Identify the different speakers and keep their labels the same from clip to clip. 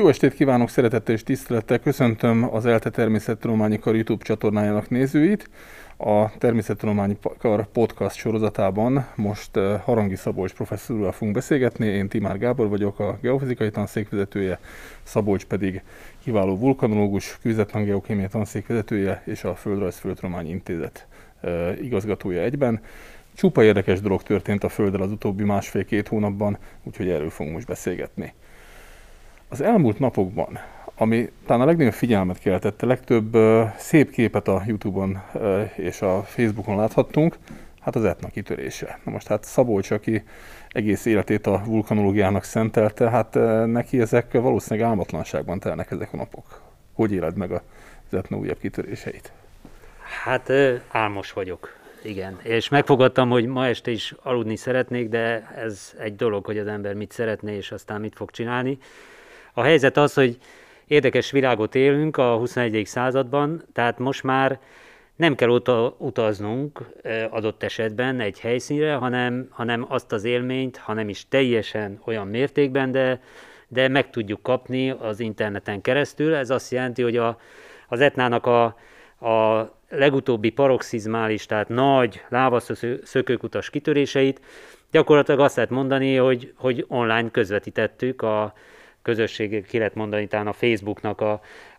Speaker 1: Jó estét kívánok, szeretettel és tisztelettel köszöntöm az ELTE Természettudományi Kar YouTube csatornájának nézőit. A Természettudományi Kar podcast sorozatában most Harangi Szabolcs professzorral fogunk beszélgetni. Én Timár Gábor vagyok, a geofizikai tanszék vezetője, Szabolcs pedig kiváló vulkanológus, kőzetlen geokémiai tanszék vezetője és a Földrajz-Földtudományi Intézet igazgatója egyben. Csupa érdekes dolog történt a Földdel az utóbbi másfél-két hónapban, úgyhogy erről fogunk most beszélgetni. Az elmúlt napokban, ami talán a legnagyobb figyelmet keltette, legtöbb szép képet a YouTube-on és a Facebookon láthattunk, hát az Etna kitörése. Na most hát Szabolcs, aki egész életét a vulkanológiának szentelte, hát neki ezek valószínűleg álmatlanságban telnek ezek a napok. Hogy éled meg az Etna újabb kitöréseit?
Speaker 2: Hát álmos vagyok, igen. És megfogadtam, hogy ma este is aludni szeretnék, de ez egy dolog, hogy az ember mit szeretné, és aztán mit fog csinálni. A helyzet az, hogy érdekes világot élünk a 21. században, tehát most már nem kell utaznunk adott esetben egy helyszínre, hanem azt az élményt, hanem is teljesen olyan mértékben, de meg tudjuk kapni az interneten keresztül. Ez azt jelenti, hogy az Etnának a legutóbbi paroxizmális, tehát nagy lávaszökőkutas kitöréseit gyakorlatilag azt lehet mondani, hogy online közvetítettük a közösség, ki lehet mondani talán a Facebooknak a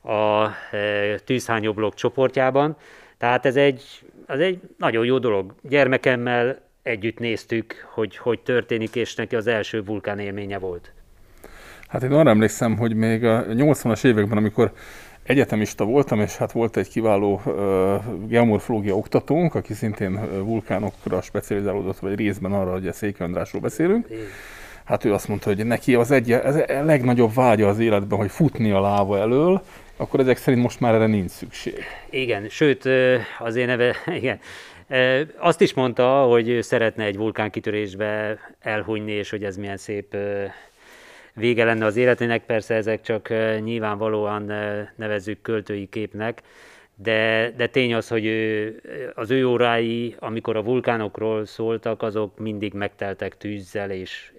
Speaker 2: tűzhányó blog csoportjában. Tehát ez egy nagyon jó dolog. Gyermekemmel együtt néztük, hogy történik, és neki az első vulkán élménye volt.
Speaker 1: Hát én arra emlékszem, hogy még a 80-as években, amikor egyetemista voltam, és hát volt egy kiváló geomorfológia oktatónk, aki szintén vulkánokra specializálódott, vagy részben arra, hogy a Székely Andrásról beszélünk. Hát ő azt mondta, hogy neki ez a legnagyobb vágya az életben, hogy futni a láva elől, akkor ezek szerint most már erre nincs szükség.
Speaker 2: Igen, sőt, az én neve, igen. Azt is mondta, hogy szeretne egy vulkánkitörésbe elhunyni, és hogy ez milyen szép vége lenne az életének. Persze ezek csak nyilvánvalóan nevezzük költői képnek, de tény az, hogy az ő órái, amikor a vulkánokról szóltak, azok mindig megteltek tűzzel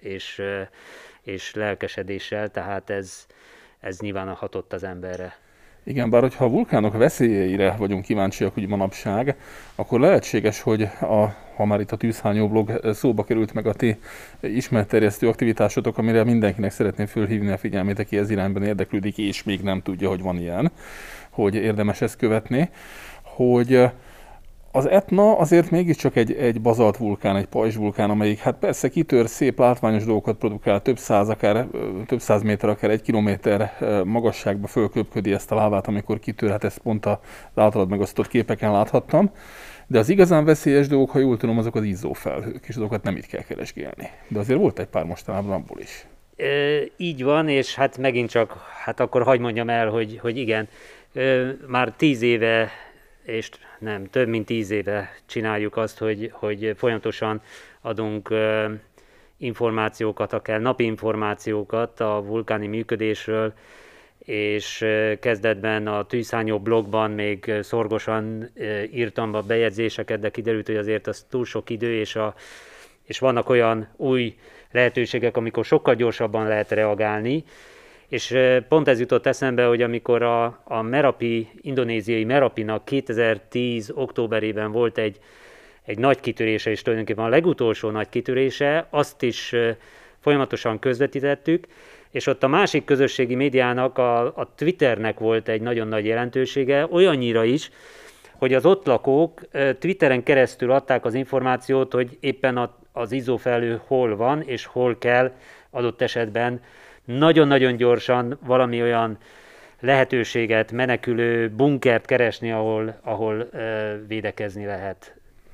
Speaker 2: és lelkesedéssel, tehát ez nyilván hatott az emberre.
Speaker 1: Igen, bár hogyha a vulkánok veszélyeire vagyunk kíváncsiak úgy manapság, akkor lehetséges, hogy ha már itt a tűzhányó blog szóba került, meg a ti ismeretterjesztő aktivitásotok, amire mindenkinek szeretném fölhívni a figyelmét, aki ez irányban érdeklődik, és még nem tudja, hogy van ilyen, hogy érdemes ezt követni, hogy az Etna azért mégiscsak egy bazalt vulkán, egy pajzsvulkán, amelyik hát persze kitör, szép látványos dolgokat produkál, több száz méter, akár 1 kilométer magasságba fölköpködi ezt a lávát, amikor kitör, hát ezt pont az általad megosztott képeken láthattam. De az igazán veszélyes dolgok, ha jól tudom, azok az izzófelhők, és azokat nem itt kell keresgélni. De azért volt egy pár mostanában abból is.
Speaker 2: Így van, és hát megint csak, hát akkor hadd mondjam el, hogy igen, már 10 éve, és nem, több mint 10 éve csináljuk azt, hogy folyamatosan adunk információkat, akár napi információkat a vulkáni működésről, és kezdetben a tűzhányó blogban még szorgosan írtam a bejegyzéseket, de kiderült, hogy azért az túl sok idő, és vannak olyan új lehetőségek, amikor sokkal gyorsabban lehet reagálni, és pont ez jutott eszembe, hogy amikor a Merapi, indonéziai Merapinak 2010. októberében volt egy nagy kitörése, és tulajdonképpen a legutolsó nagy kitörése, azt is folyamatosan közvetítettük, és ott a másik közösségi médiának, a Twitternek volt egy nagyon nagy jelentősége, olyannyira is, hogy az ott lakók Twitteren keresztül adták az információt, hogy éppen az izzófelhő hol van, és hol kell adott esetben nagyon-nagyon gyorsan valami olyan lehetőséget, menekülő bunkert keresni, ahol védekezni lehet.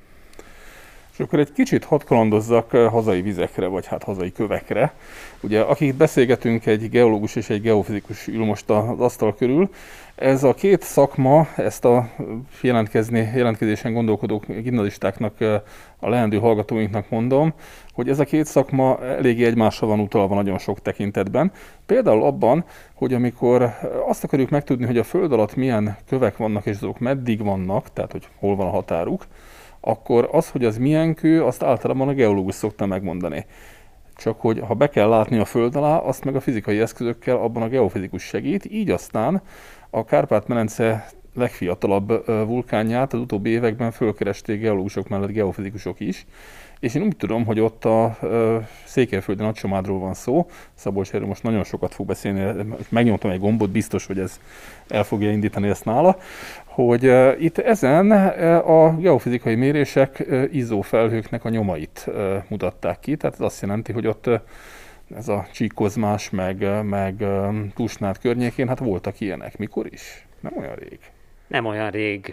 Speaker 1: És akkor egy kicsit hadd kalandozzak hazai vizekre, vagy hát hazai kövekre. Ugye, akik beszélgetünk, egy geológus és egy geofizikus ül most az asztal körül. Ez a két szakma, ezt a jelentkezésen gondolkodó gimnazistáknak, a leendő hallgatóinknak mondom, hogy ez a két szakma eléggé egymásra van utalva nagyon sok tekintetben. Például abban, hogy amikor azt akarjuk megtudni, hogy a föld alatt milyen kövek vannak, és azok meddig vannak, tehát hogy hol van a határuk, akkor az, hogy az milyen kő, azt általában a geológus szokta megmondani. csak hogy ha be kell látni a föld alá, azt meg a fizikai eszközökkel abban a geofizikus segít, így aztán a Kárpát-medence legfiatalabb vulkánját az utóbbi években fölkeresték geológusok mellett geofizikusok is, és én úgy tudom, hogy ott a Székelyföldi Nagycsomádról van szó, Szabolcs erről most nagyon sokat fog beszélni, megnyomtam egy gombot, biztos, hogy ez el fogja indítani ezt nála, hogy itt ezen a geofizikai mérések izzófelhőknek a nyomait mutatták ki, tehát ez azt jelenti, hogy ott ez a Csíkkozmás, meg Tusnád környékén, hát voltak ilyenek. Mikor is? Nem olyan rég.
Speaker 2: Nem olyan rég,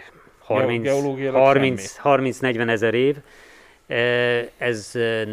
Speaker 2: 30-40 ezer év. Ez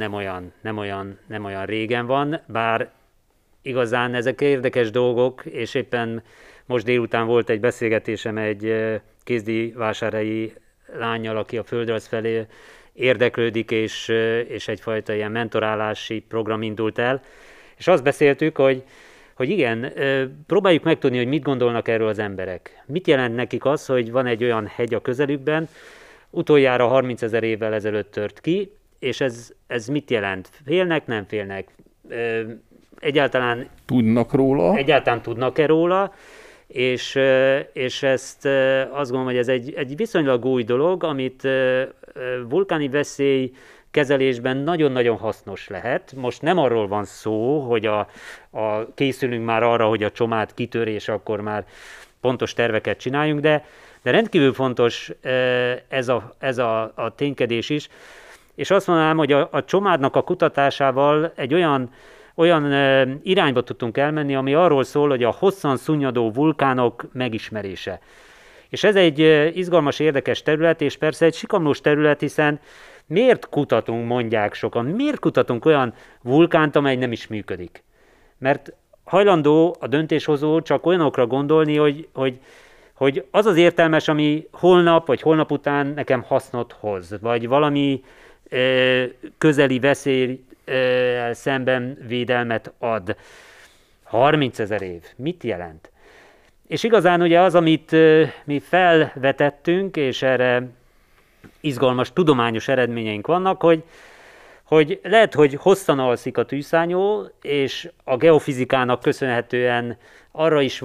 Speaker 2: nem olyan régen van, bár igazán ezek érdekes dolgok, és éppen most délután volt egy beszélgetésem egy kézdivásárhelyi lánnyal, aki a földrajz felé érdeklődik, és egyfajta ilyen mentorálási program indult el, és azt beszéltük, hogy igen, próbáljuk megtudni, hogy mit gondolnak erről az emberek. Mit jelent nekik az, hogy van egy olyan hegy a közelükben, utoljára 30 000 évvel ezelőtt tört ki, és ez mit jelent? Félnek, nem félnek? Egyáltalán
Speaker 1: tudnak róla?
Speaker 2: Egyáltalán tudnak-e róla? És ezt azt gondolom, hogy ez egy viszonylag új dolog, amit vulkáni veszély kezelésben nagyon-nagyon hasznos lehet. Most nem arról van szó, hogy készülünk már arra, hogy a csomád kitör, és akkor már pontos terveket csináljunk, de rendkívül fontos ez a ténykedés is. És azt mondanám, hogy a csomádnak a kutatásával egy olyan irányba tudtunk elmenni, ami arról szól, hogy a hosszan szunnyadó vulkánok megismerése. És ez egy izgalmas, érdekes terület, és persze egy sikamlós terület, hiszen miért kutatunk, mondják sokan, miért kutatunk olyan vulkánt, amely nem is működik? Mert hajlandó a döntéshozó csak olyanokra gondolni, hogy az az értelmes, ami holnap vagy holnap után nekem hasznot hoz, vagy valami közeli veszély szemben védelmet ad. 30 000 év. Mit jelent? És igazán ugye az, amit mi felvetettünk, és erre izgalmas tudományos eredményeink vannak, hogy lehet, hogy hosszan alszik a tűzszárnyó, és a geofizikának köszönhetően arra is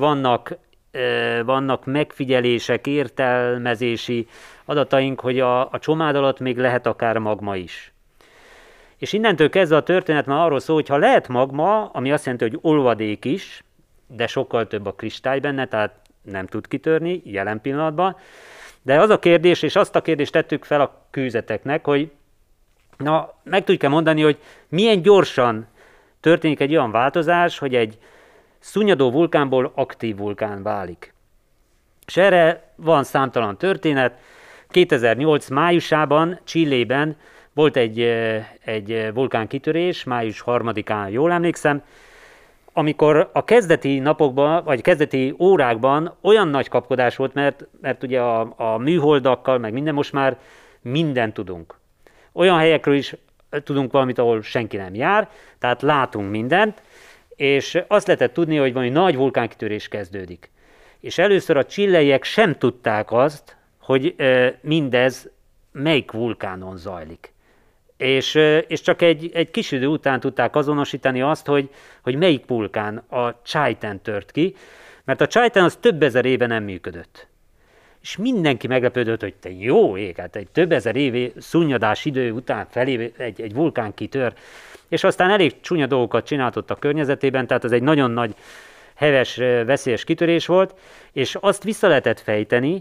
Speaker 2: vannak megfigyelések, értelmezési adataink, hogy a csomád alatt még lehet akár magma is. És innentől kezdve a történet már arról szól, hogy ha lehet magma, ami azt jelenti, hogy olvadék is, de sokkal több a kristály benne, tehát nem tud kitörni jelen pillanatban. De az a kérdés, és azt a kérdést tettük fel a kőzeteknek, hogy meg tudjuk-e mondani, hogy milyen gyorsan történik egy olyan változás, hogy egy szunnyadó vulkánból aktív vulkán válik. És erre van számtalan történet. 2008 májusában Chilében volt egy vulkánkitörés, május 3-án, jól emlékszem, amikor a kezdeti napokban, vagy kezdeti órákban olyan nagy kapkodás volt, mert ugye a műholdakkal, meg minden, most már mindent tudunk. Olyan helyekről is tudunk valamit, ahol senki nem jár, tehát látunk mindent, és azt lehetett tudni, hogy valami nagy vulkánkitörés kezdődik. És először a chileiek sem tudták azt, hogy mindez melyik vulkánon zajlik. És csak egy kis idő után tudták azonosítani azt, hogy melyik vulkán, a Chaiten tört ki, mert a Chaiten az több ezer éve nem működött. És mindenki meglepődött, hogy te jó ég, hát egy több ezer év szunnyadás idő után felé egy vulkán kitör, és aztán elég csúnya dolgokat csinált ott a környezetében, tehát ez egy nagyon nagy, heves, veszélyes kitörés volt, és azt vissza lehetett fejteni,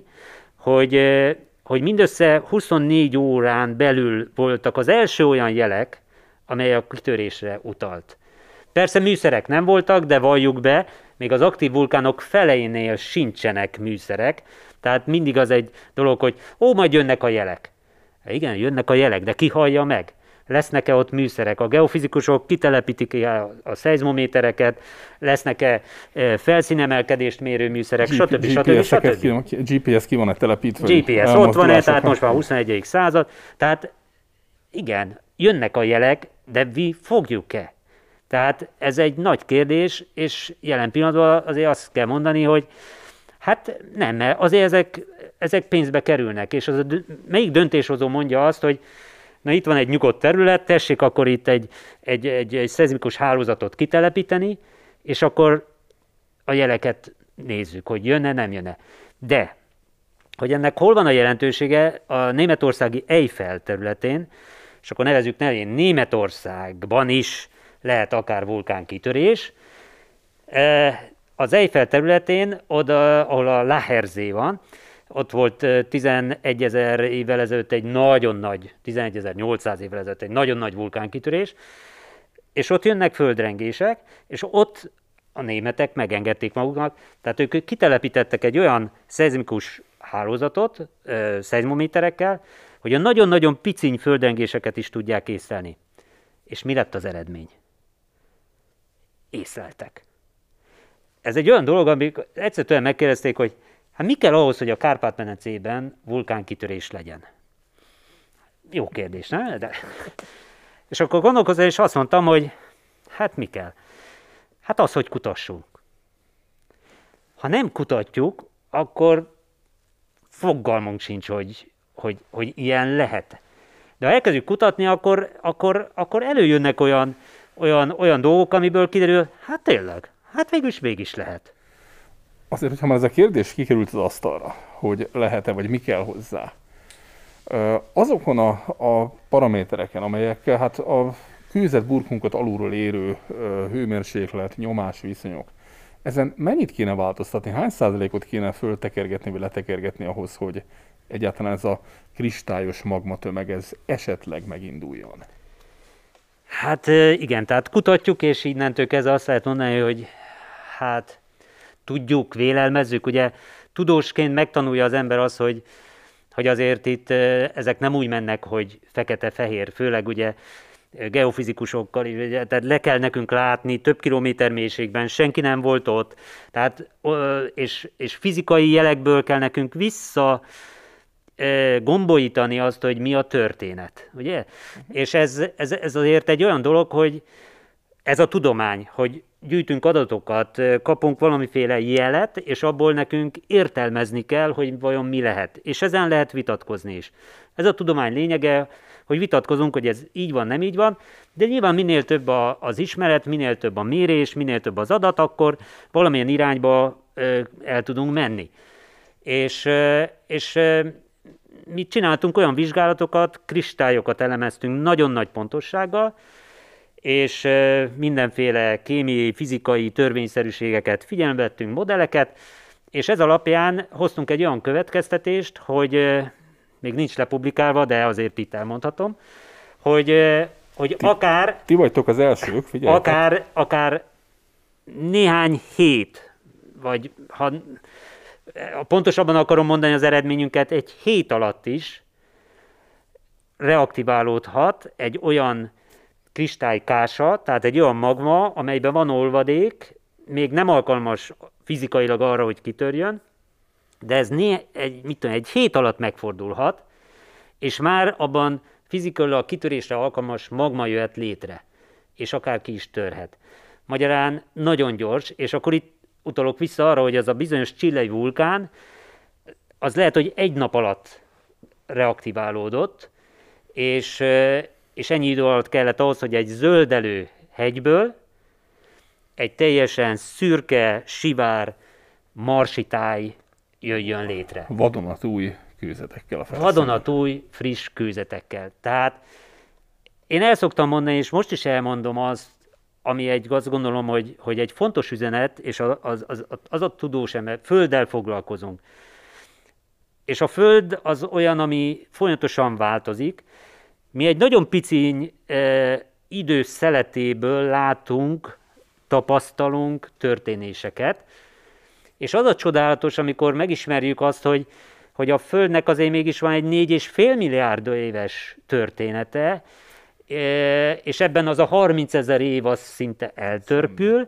Speaker 2: hogy mindössze 24 órán belül voltak az első olyan jelek, amely a kitörésre utalt. Persze műszerek nem voltak, de valljuk be, még az aktív vulkánok feleinél sincsenek műszerek, tehát mindig az egy dolog, hogy majd jönnek a jelek. Igen, jönnek a jelek, de ki hallja meg? Lesznek-e ott műszerek? A geofizikusok kitelepítik a szeizmométereket, lesznek-e felszínemelkedést mérő műszerek, stb.
Speaker 1: GPS ki van-e telepítve?
Speaker 2: GPS ott van-e, tehát most már 21. század. Tehát igen, jönnek a jelek, de mi fogjuk-e? Tehát ez egy nagy kérdés, és jelen pillanatban azért azt kell mondani, hogy hát nem, mert azért ezek pénzbe kerülnek, és melyik döntéshozó mondja azt, hogy na itt van egy nyugodt terület, tessék akkor itt egy szeizmikus hálózatot kitelepíteni, és akkor a jeleket nézzük, hogy jönne, nem jönne. De, hogy ennek hol van a jelentősége, a németországi Eifel területén, és akkor nevezzük nevén Németországban is lehet akár vulkánkitörés. Az Eifel területén, oda, ahol a Lachersee van, ott volt 11 000 évvel ezelőtt egy nagyon nagy, 11.800 évvel ezelőtt egy nagyon nagy vulkánkitörés, és ott jönnek földrengések, és ott a németek megengedték maguknak, tehát ők kitelepítettek egy olyan szeizmikus hálózatot, szeizmométerekkel, hogy a nagyon-nagyon piciny földrengéseket is tudják észlelni. És mi lett az eredmény? Észleltek. Ez egy olyan dolog, amikor egyszerűen megkérdezték, hogy hát mi kell ahhoz, hogy a Kárpát-medencében vulkánkitörés legyen? Jó kérdés, nem? De... És akkor gondolkozom, és azt mondtam, hogy hát mi kell? Hát az, hogy kutassunk. Ha nem kutatjuk, akkor fogalmunk sincs, hogy ilyen lehet. De ha elkezdjük kutatni, akkor előjönnek olyan dolgok, amiből kiderül, hát tényleg, hát mégis lehet.
Speaker 1: Azért, hogyha már ez a kérdés kikerült az asztalra, hogy lehet-e, vagy mi kell hozzá, azokon a paramétereken, amelyekkel hát a kőzetburkunkat alulról érő hőmérséklet, nyomás viszonyok, ezen mennyit kéne változtatni, hány százalékot kéne föltekergetni, vagy letekergetni ahhoz, hogy egyáltalán ez a kristályos magmatömeg ez esetleg meginduljon?
Speaker 2: Hát igen, tehát kutatjuk, és innentől kezdve azt lehet mondani, hogy hát tudjuk, vélelmezzük, ugye tudósként megtanulja az ember azt, hogy azért itt ezek nem úgy mennek, hogy fekete-fehér, főleg ugye geofizikusokkal, tehát le kell nekünk látni, több kilométer mélységben senki nem volt ott, tehát, és fizikai jelekből kell nekünk vissza gombolítani azt, hogy mi a történet, ugye? És ez azért egy olyan dolog, hogy ez a tudomány, hogy gyűjtünk adatokat, kapunk valamiféle jelet, és abból nekünk értelmezni kell, hogy vajon mi lehet. És ezen lehet vitatkozni is. Ez a tudomány lényege, hogy vitatkozunk, hogy ez így van, nem így van, de nyilván minél több az ismeret, minél több a mérés, minél több az adat, akkor valamilyen irányba el tudunk menni. És mi csináltunk olyan vizsgálatokat, kristályokat elemeztünk nagyon nagy pontossággal, és mindenféle kémiai, fizikai törvényszerűségeket figyelembe vettünk, modelleket, és ez alapján hoztunk egy olyan következtetést, hogy még nincs lepublikálva, de azért itt elmondhatom, hogy akár...
Speaker 1: Ti vagytok az elsők, figyeljetek.
Speaker 2: Akár néhány hét, vagy ha pontosabban akarom mondani az eredményünket, egy hét alatt is reaktiválódhat egy olyan kristálykása, tehát egy olyan magma, amelyben van olvadék, még nem alkalmas fizikailag arra, hogy kitörjön, de ez egy hét alatt megfordulhat, és már abban fizikailag a kitörésre alkalmas magma jöhet létre, és akár ki is törhet. Magyarán nagyon gyors, és akkor itt utalok vissza arra, hogy az a bizonyos chilei vulkán, az lehet, hogy egy nap alatt reaktiválódott, és ennyi idő alatt kellett ahhoz, hogy egy zöldelő hegyből egy teljesen szürke, sivár marsitáj jöjjön létre.
Speaker 1: Vadonatúj kőzetekkel a felszínen.
Speaker 2: Vadonatúj, friss kőzetekkel. Tehát én el szoktam mondani, és most is elmondom azt, ami azt gondolom, hogy egy fontos üzenet, és az a tudós ember, földdel foglalkozunk. És a föld az olyan, ami folyamatosan változik. Mi egy nagyon piciny idő szeletéből látunk, tapasztalunk történéseket, és az a csodálatos, amikor megismerjük azt, hogy a Földnek azért mégis van egy 4,5 milliárd éves története, és ebben az a 30 000 év az szinte eltörpül,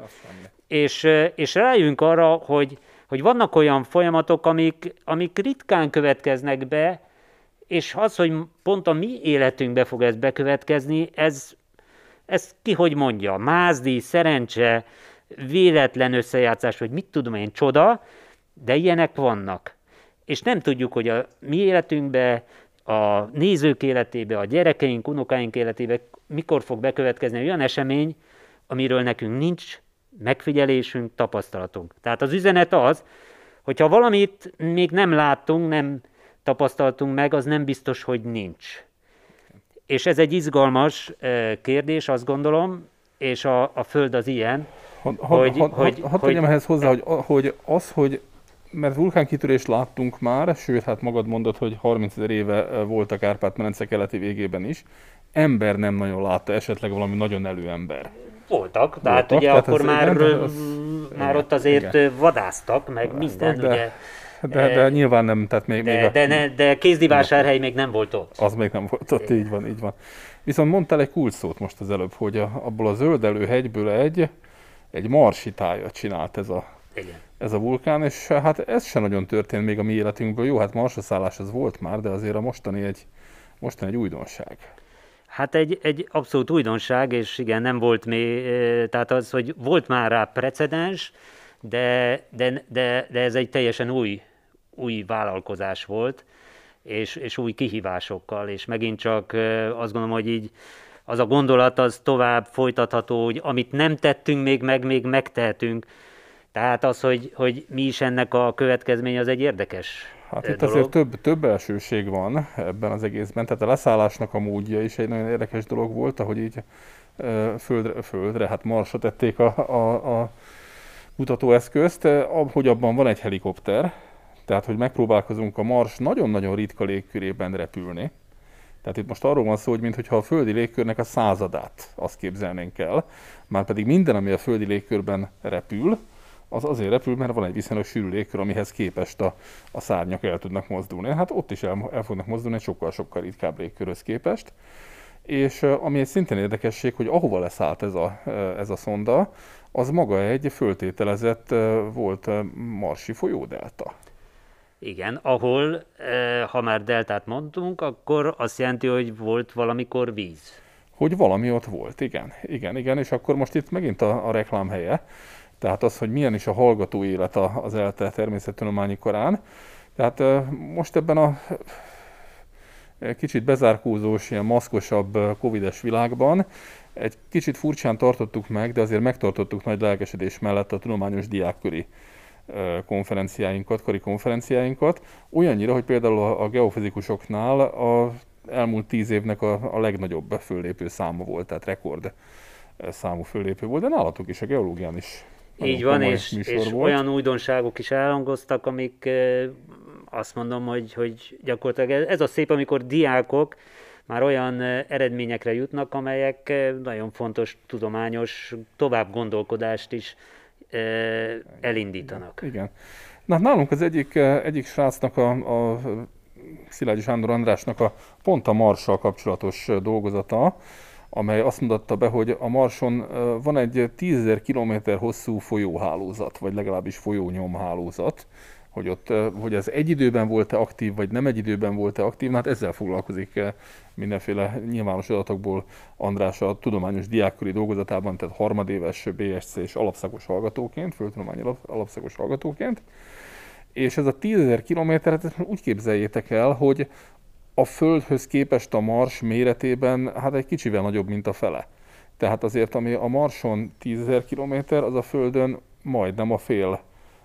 Speaker 2: és rájövünk arra, hogy vannak olyan folyamatok, amik ritkán következnek be, és az, hogy pont a mi életünkbe fog ez bekövetkezni, ez ki hogy mondja, mázdi, szerencse, véletlen összejátszás, vagy mit tudom én, csoda, de ilyenek vannak. És nem tudjuk, hogy a mi életünkbe a nézők életébe, a gyerekeink, unokáink életébe mikor fog bekövetkezni olyan esemény, amiről nekünk nincs megfigyelésünk, tapasztalatunk. Tehát az üzenet az, hogyha valamit még nem láttunk, nem tapasztaltunk meg, az nem biztos, hogy nincs. És ez egy izgalmas kérdés, azt gondolom, és a Föld az ilyen,
Speaker 1: Hadd tegyem ehhez hozzá, hogy mert vulkánkitörést láttunk már, sőt, hát magad mondod, hogy 30 000 éve volt a Kárpát-medence keleti végében is, ember nem nagyon látta, esetleg valami nagyon előember.
Speaker 2: Voltak, tehát ugye tehát akkor már ott azért igen. Vadásztak, meg minden, ugye.
Speaker 1: De nyilván nem, tehát még...
Speaker 2: De Kézdivásárhely még nem volt ott.
Speaker 1: Az még nem volt ott, így van, így van. Viszont mondtál egy kulcs szót most az előbb, hogy abból a zöldelő hegyből egy marsi tájat csinált ez a vulkán, és hát ez sem nagyon történt még a mi életünkből. Jó, hát marsra szállás az volt már, de azért a mostani egy újdonság.
Speaker 2: Hát egy abszolút újdonság, és igen, nem volt még, tehát az, hogy volt már rá precedens, de ez egy teljesen új vállalkozás volt, és új kihívásokkal, és megint csak azt gondolom, hogy így az a gondolat az tovább folytatható, hogy amit nem tettünk még megtehetünk. Tehát az, hogy mi is ennek a következménye, az egy érdekes
Speaker 1: Hát itt
Speaker 2: dolog.
Speaker 1: azért több elsőség van ebben az egészben, tehát a leszállásnak a módja is egy nagyon érdekes dolog volt, ahogy így földre, hát Marsra tették a kutatóeszközt, hogy abban van egy helikopter, tehát hogy megpróbálkozunk a Mars nagyon-nagyon ritka légkörében repülni. Tehát itt most arról van szó, hogy mintha a földi légkörnek a századát azt képzelnénk el, márpedig minden, ami a földi légkörben repül, az azért repül, mert van egy viszonylag sűrű légkör, amihez képest a szárnyak el tudnak mozdulni. Hát ott is el fognak mozdulni egy sokkal-sokkal ritkább légkörhöz képest. És ami egy szintén érdekesség, hogy ahova leszállt ez a szonda, az maga egy föltételezett volt marsi folyódelta.
Speaker 2: Igen, ahol, ha már deltát mondtunk, akkor azt jelenti, hogy volt valamikor víz.
Speaker 1: Hogy valami ott volt, igen, és akkor most itt megint a reklám helye. Tehát az, hogy milyen is a hallgató élet az ELTE természettudományi karán. Tehát most ebben a kicsit bezárkózós, ilyen maszkosabb covides világban egy kicsit furcsán tartottuk meg, de azért megtartottuk nagy lelkesedés mellett a tudományos diákköri kari konferenciáinkat. Olyannyira, hogy például a geofizikusoknál az elmúlt 10 évnek a legnagyobb föllépő száma volt, tehát rekord számú föllépő volt, de nálatok is, a geológián is.
Speaker 2: Így van, és olyan újdonságok is elhangoztak, amik azt mondom, hogy gyakorlatilag ez a szép, amikor diákok már olyan eredményekre jutnak, amelyek nagyon fontos tudományos tovább gondolkodást is elindítanak.
Speaker 1: Igen. Na, nálunk az egyik srácnak, a Szilágyi Sándor Andrásnak pont a Marssal kapcsolatos dolgozata, amely azt mondatta be, hogy a Marson van egy 10 000 kilométer hosszú folyóhálózat, vagy legalábbis folyónyomhálózat, hogy ez egy időben volt-e aktív, vagy nem egy időben volt-e aktív, hát ezzel foglalkozik mindenféle nyilvános adatokból András a tudományos diákkori dolgozatában, tehát harmadéves BSc-s alapszakos hallgatóként, földtudományi alapszakos hallgatóként. És ez a 10 000 kilométeret úgy képzeljétek el, hogy a Földhöz képest a Mars méretében hát egy kicsivel nagyobb, mint a fele. Tehát azért, ami a Marson 10 000 kilométer, az a Földön majdnem a fél,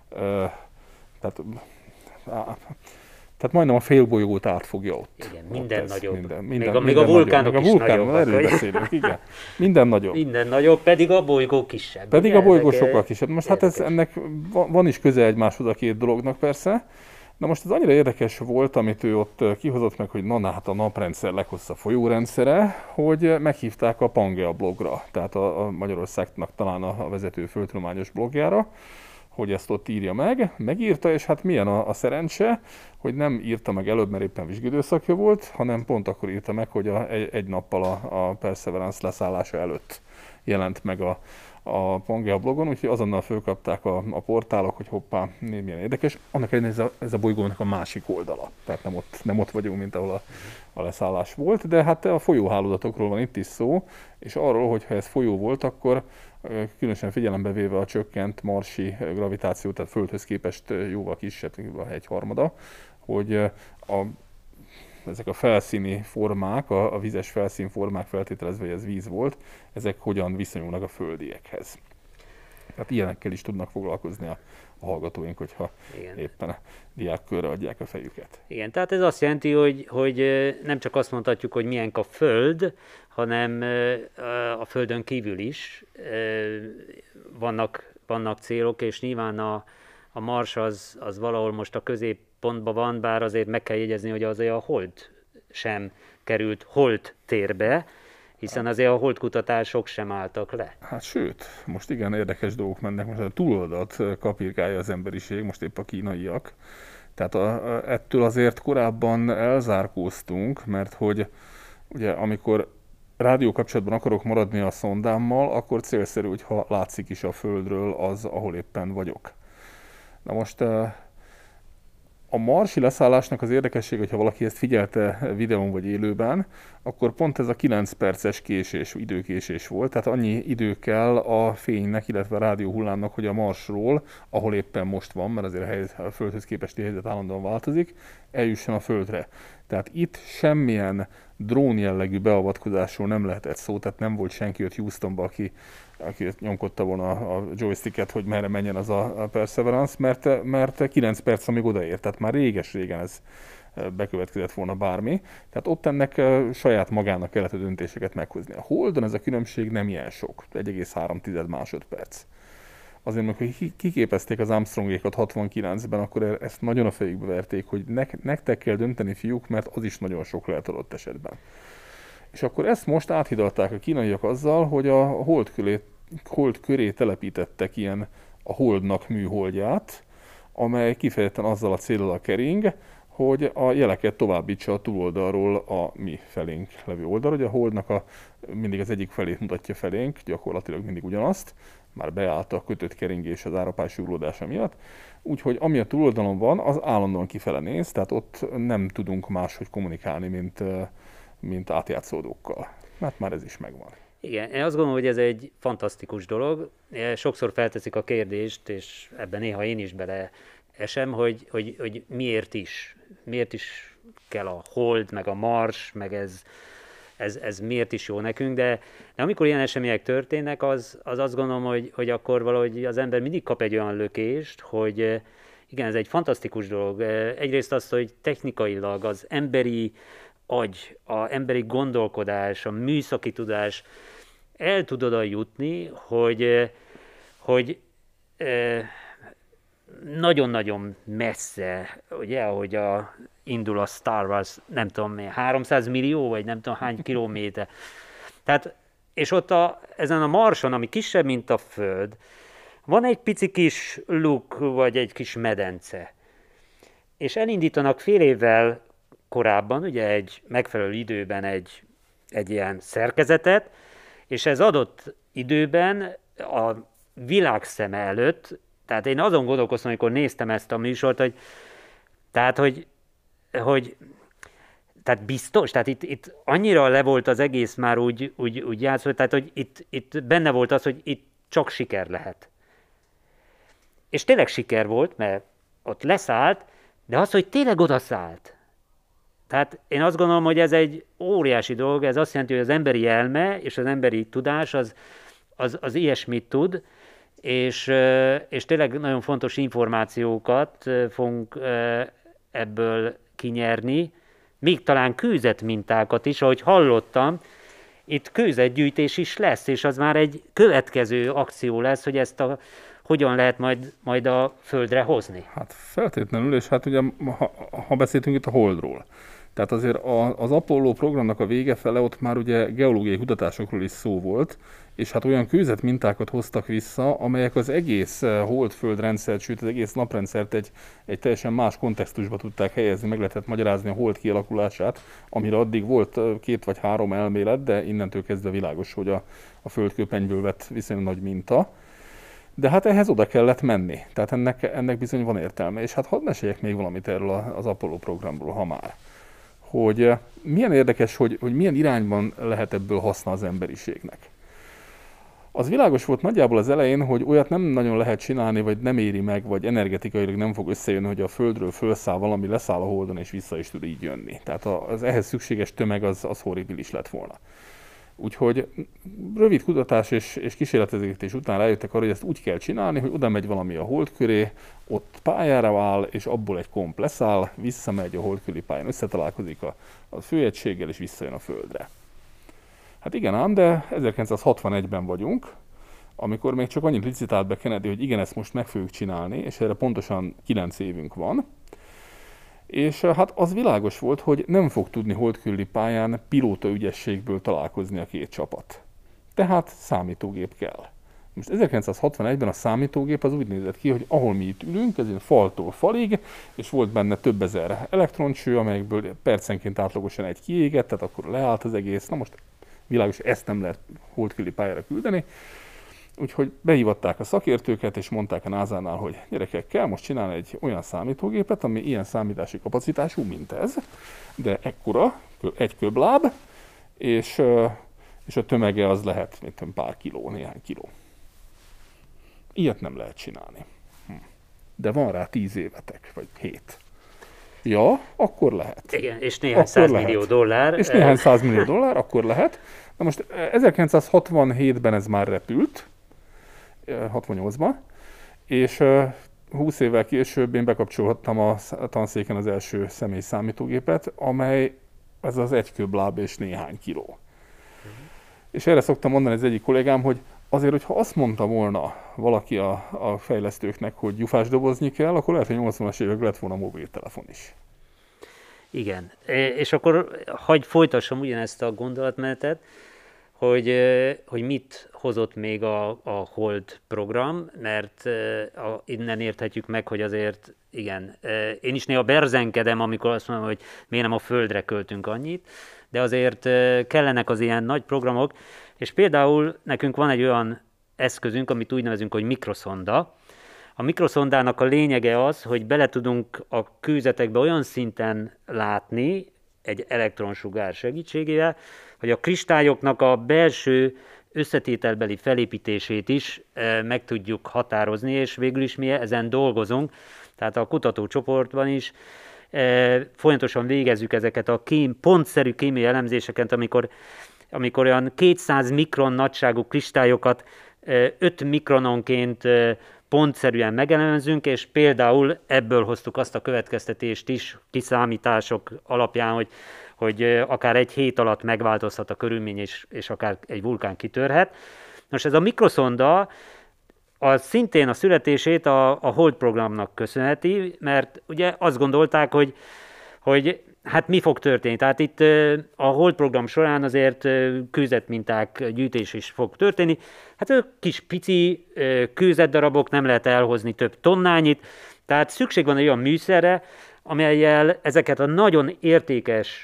Speaker 1: tehát majdnem a fél bolygót átfogja ott.
Speaker 2: Igen, minden nagyobb.
Speaker 1: Még a vulkánok
Speaker 2: is nagyobbak.
Speaker 1: Erről beszélünk, igen. Minden nagyobb.
Speaker 2: Minden nagyobb, pedig a bolygó kisebb.
Speaker 1: Pedig a bolygó sokkal kisebb. Most hát ennek van is köze egymáshoz a két dolognak persze. Na most ez annyira érdekes volt, amit ő ott kihozott meg, hogy hát a naprendszer leghosszabb folyórendszere, hogy meghívták a Pangea blogra, tehát a Magyarországnak talán a vezető földtudományos blogjára, hogy ezt ott írja meg, megírta, és hát milyen a szerencse, hogy nem írta meg előbb, mert éppen vizsgidőszakja volt, hanem pont akkor írta meg, hogy egy nappal a Perseverance leszállása előtt jelent meg a Pangea blogon, úgyhogy azonnal fölkapták a portálok, hogy hoppá, milyen érdekes. Annak ellenére ez a bolygónak a másik oldala, tehát nem ott vagyunk, mint ahol a leszállás volt, de hát a folyóhálózatokról van itt is szó, és arról, hogy ha ez folyó volt, akkor különösen figyelembe véve a csökkent marsi gravitáció, tehát Földhöz képest jóval kisebb, a 1/3, hogy ezek a felszíni formák, a vizes felszínformák, feltételezve, hogy ez víz volt, ezek hogyan viszonyulnak a földiekhez. Tehát ilyenekkel is tudnak foglalkozni a hallgatóink, hogyha igen, éppen a diákkörre adják a fejüket.
Speaker 2: Igen, tehát ez azt jelenti, hogy nem csak azt mondhatjuk, hogy milyen a Föld, hanem a Földön kívül is vannak célok, és nyilván a Mars az valahol most a középpontban van, bár azért meg kell jegyezni, hogy azért a Hold sem került Hold térbe, hiszen azért a holdkutatások sem álltak le.
Speaker 1: Hát sőt, most igen érdekes dolgok mennek, most a túloldalt kapirgálja az emberiség, most épp a kínaiak. Tehát ettől azért korábban elzárkóztunk, mert hogy ugye amikor rádió kapcsolatban akarok maradni a szondámmal, akkor célszerű, hogyha látszik is a Földről az, ahol éppen vagyok. Na most a marsi leszállásnak az érdekesség, hogyha valaki ezt figyelte videón vagy élőben, akkor pont ez a 9 perces időkésés volt, tehát annyi idő kell a fénynek, illetve a rádióhullámnak, hogy a Marsról, ahol éppen most van, mert azért a Földhöz képesti helyzet állandóan változik, eljusson a Földre. Tehát itt semmilyen drón jellegű beavatkozásról nem lehetett szó, tehát nem volt senki ott Houstonba, aki nyomkodta volna a joysticket, hogy merre menjen az a Perseverance, mert 9 perc, amíg odaér. Tehát már réges-régen ez bekövetkezett volna bármi. Tehát ott ennek saját magának kellett a döntéseket meghozni. A Holdon ez a különbség nem ilyen sok, 1,3 másodperc. Azért, amikor kiképezték az Armstrongékat 69-ben, akkor ezt nagyon a fejükbe verték, hogy nektek kell dönteni, fiúk, mert az is nagyon sok lehet adott esetben. És akkor ezt most áthidalták a kínaiak azzal, hogy a hold köré telepítettek ilyen a Holdnak műholdját, amely kifejezetten azzal a céllal kering, hogy a jeleket továbbítsa a túloldalról a mi felénk levő oldalra. Ugye a Holdnak mindig az egyik felét mutatja felénk, gyakorlatilag mindig ugyanazt, már beállt a kötött keringés az árapály súrlódása miatt. Úgyhogy ami a túloldalon van, az állandóan kifele néz, tehát ott nem tudunk máshogy kommunikálni, mint átjátszódókkal. Mert már ez is megvan.
Speaker 2: Igen, én azt gondolom, hogy ez egy fantasztikus dolog. Sokszor felteszik a kérdést, és ebben néha én is beleesem, hogy miért is kell a Hold, meg a Mars, meg ez miért is jó nekünk, de amikor ilyen események történnek, az azt gondolom, hogy akkor valahogy az ember mindig kap egy olyan lökést, hogy igen, ez egy fantasztikus dolog. Egyrészt az, hogy technikailag az emberi agy, az emberi gondolkodás, a műszaki tudás el tud oda jutni, hogy nagyon-nagyon messze, ugye, ahogy indul a Star Wars, nem tudom, 300 millió, vagy nem tudom hány kilométer. Tehát, és ott ezen a Marson, ami kisebb, mint a Föld, van egy pici kis luk, vagy egy kis medence. És elindítanak fél évvel korábban, ugye egy megfelelő időben egy ilyen szerkezetet, és ez adott időben a világ szeme előtt, tehát én azon gondolkoztam, amikor néztem ezt a műsort, tehát biztos, tehát itt annyira le volt az egész már úgy játszva, tehát hogy itt benne volt az, hogy itt csak siker lehet. És tényleg siker volt, mert ott leszállt, de az, hogy tényleg odaszállt. Tehát én azt gondolom, hogy ez egy óriási dolog, ez azt jelenti, hogy az emberi elme és az emberi tudás az ilyesmit tud, és tényleg nagyon fontos információkat fogunk ebből kinyerni, még talán kőzetmintákat is, ahogy hallottam, itt kőzetgyűjtés is lesz, és az már egy következő akció lesz, hogy ezt hogyan lehet majd a Földre hozni.
Speaker 1: Hát feltétlenül, és hát ugye, ha beszéltünk itt a Holdról, tehát azért az Apollo programnak a vége fele ott már ugye geológiai kutatásokról is szó volt, és hát olyan kőzetmintákat hoztak vissza, amelyek az egész Hold-földrendszert, sőt az egész naprendszert egy teljesen más kontextusba tudták helyezni, meg lehetett magyarázni a Hold kialakulását, amire addig volt 2 vagy 3 elmélet, de innentől kezdve világos, hogy a földköpenyből vett viszonylag nagy minta. De hát ehhez oda kellett menni, tehát ennek bizony van értelme. És hát hadd meséljek még valamit erről az Apollo programról, ha már. Hogy milyen érdekes, hogy milyen irányban lehet ebből haszna az emberiségnek. Az világos volt nagyjából az elején, hogy olyat nem nagyon lehet csinálni, vagy nem éri meg, vagy energetikailag nem fog összejönni, hogy a Földről fölszáll valami, leszáll a Holdon, és vissza is tud így jönni. Tehát az ehhez szükséges tömeg az horribilis lett volna. Úgyhogy rövid kutatás és kísérletezés után rájöttek arra, hogy ezt úgy kell csinálni, hogy oda megy valami a Hold köré, ott pályára áll, és abból egy komp leszáll, visszamegy a Hold körüli pályán, összetalálkozik a főegységgel, és visszajön a Földre. Hát igen ám, de 1961-ben vagyunk, amikor még csak annyit licitált be Kennedy, hogy igen, ezt most meg fogjuk csinálni, és erre pontosan 9 évünk van. És hát az világos volt, hogy nem fog tudni Hold körüli pályán pilóta ügyességből találkozni a két csapat. Tehát számítógép kell. Most 1961-ben a számítógép az úgy nézett ki, hogy ahol mi itt ülünk, ez faltól falig, és volt benne több ezer elektroncső, amelyekből percenként átlagosan egy kiégett, tehát akkor leállt az egész. Na most világos, ezt nem lehet Hold körüli pályára küldeni. Úgyhogy behívatták a szakértőket, és mondták a NASA-nál, hogy gyerekek, kell most csinálni egy olyan számítógépet, ami ilyen számítási kapacitású, mint ez, de ekkora, egy köbláb, és a tömege az lehet, mint tudom, pár kiló, néhány kiló. Ilyet nem lehet csinálni. De van rá 10 évetek, vagy 7. Ja, akkor lehet.
Speaker 2: Igen, és néhány $100 millió.
Speaker 1: És néhány $100 millió, akkor lehet. Na most 1967-ben ez már repült, 68-ban, és 20 évvel később én bekapcsolhattam a tanszéken az első személyi számítógépet, amely ez az egy köbláb és néhány kiló. És erre szoktam mondani az egyik kollégám, hogy azért, hogyha azt mondta volna valaki a fejlesztőknek, hogy gyufásdobozni kell, akkor lehet, hogy 80-as évek lett volna mobiltelefon is.
Speaker 2: Igen, és akkor hagyj folytassam ugyanezt a gondolatmenetet, hogy mit hozott még a Hold program, mert innen érthetjük meg, hogy azért, igen, én is néha berzenkedem, amikor azt mondom, hogy miért nem a Földre költünk annyit, de azért kellenek az ilyen nagy programok, és például nekünk van egy olyan eszközünk, amit úgy nevezünk, hogy mikroszonda. A mikroszondának a lényege az, hogy bele tudunk a kőzetekbe olyan szinten látni, egy elektronsugár segítségével, hogy a kristályoknak a belső összetételbeli felépítését is meg tudjuk határozni, és végül is mi ezen dolgozunk, tehát a kutatócsoportban is folyamatosan végezzük ezeket a pontszerű kémiai elemzéseket, amikor olyan 200 mikron nagyságú kristályokat 5 mikrononként pontszerűen megelemzünk, és például ebből hoztuk azt a következtetést is, kiszámítások alapján, hogy akár egy hét alatt megváltozhat a körülmény, és akár egy vulkán kitörhet. Most ez a mikroszonda az szintén a születését a Hold programnak köszönheti, mert ugye azt gondolták, hogy hát mi fog történni. Tehát itt a Hold program során azért kőzetminták gyűjtés is fog történni. Hát kis pici kőzetdarabok, nem lehet elhozni több tonnányit, tehát szükség van egy olyan műszerre, amellyel ezeket a nagyon értékes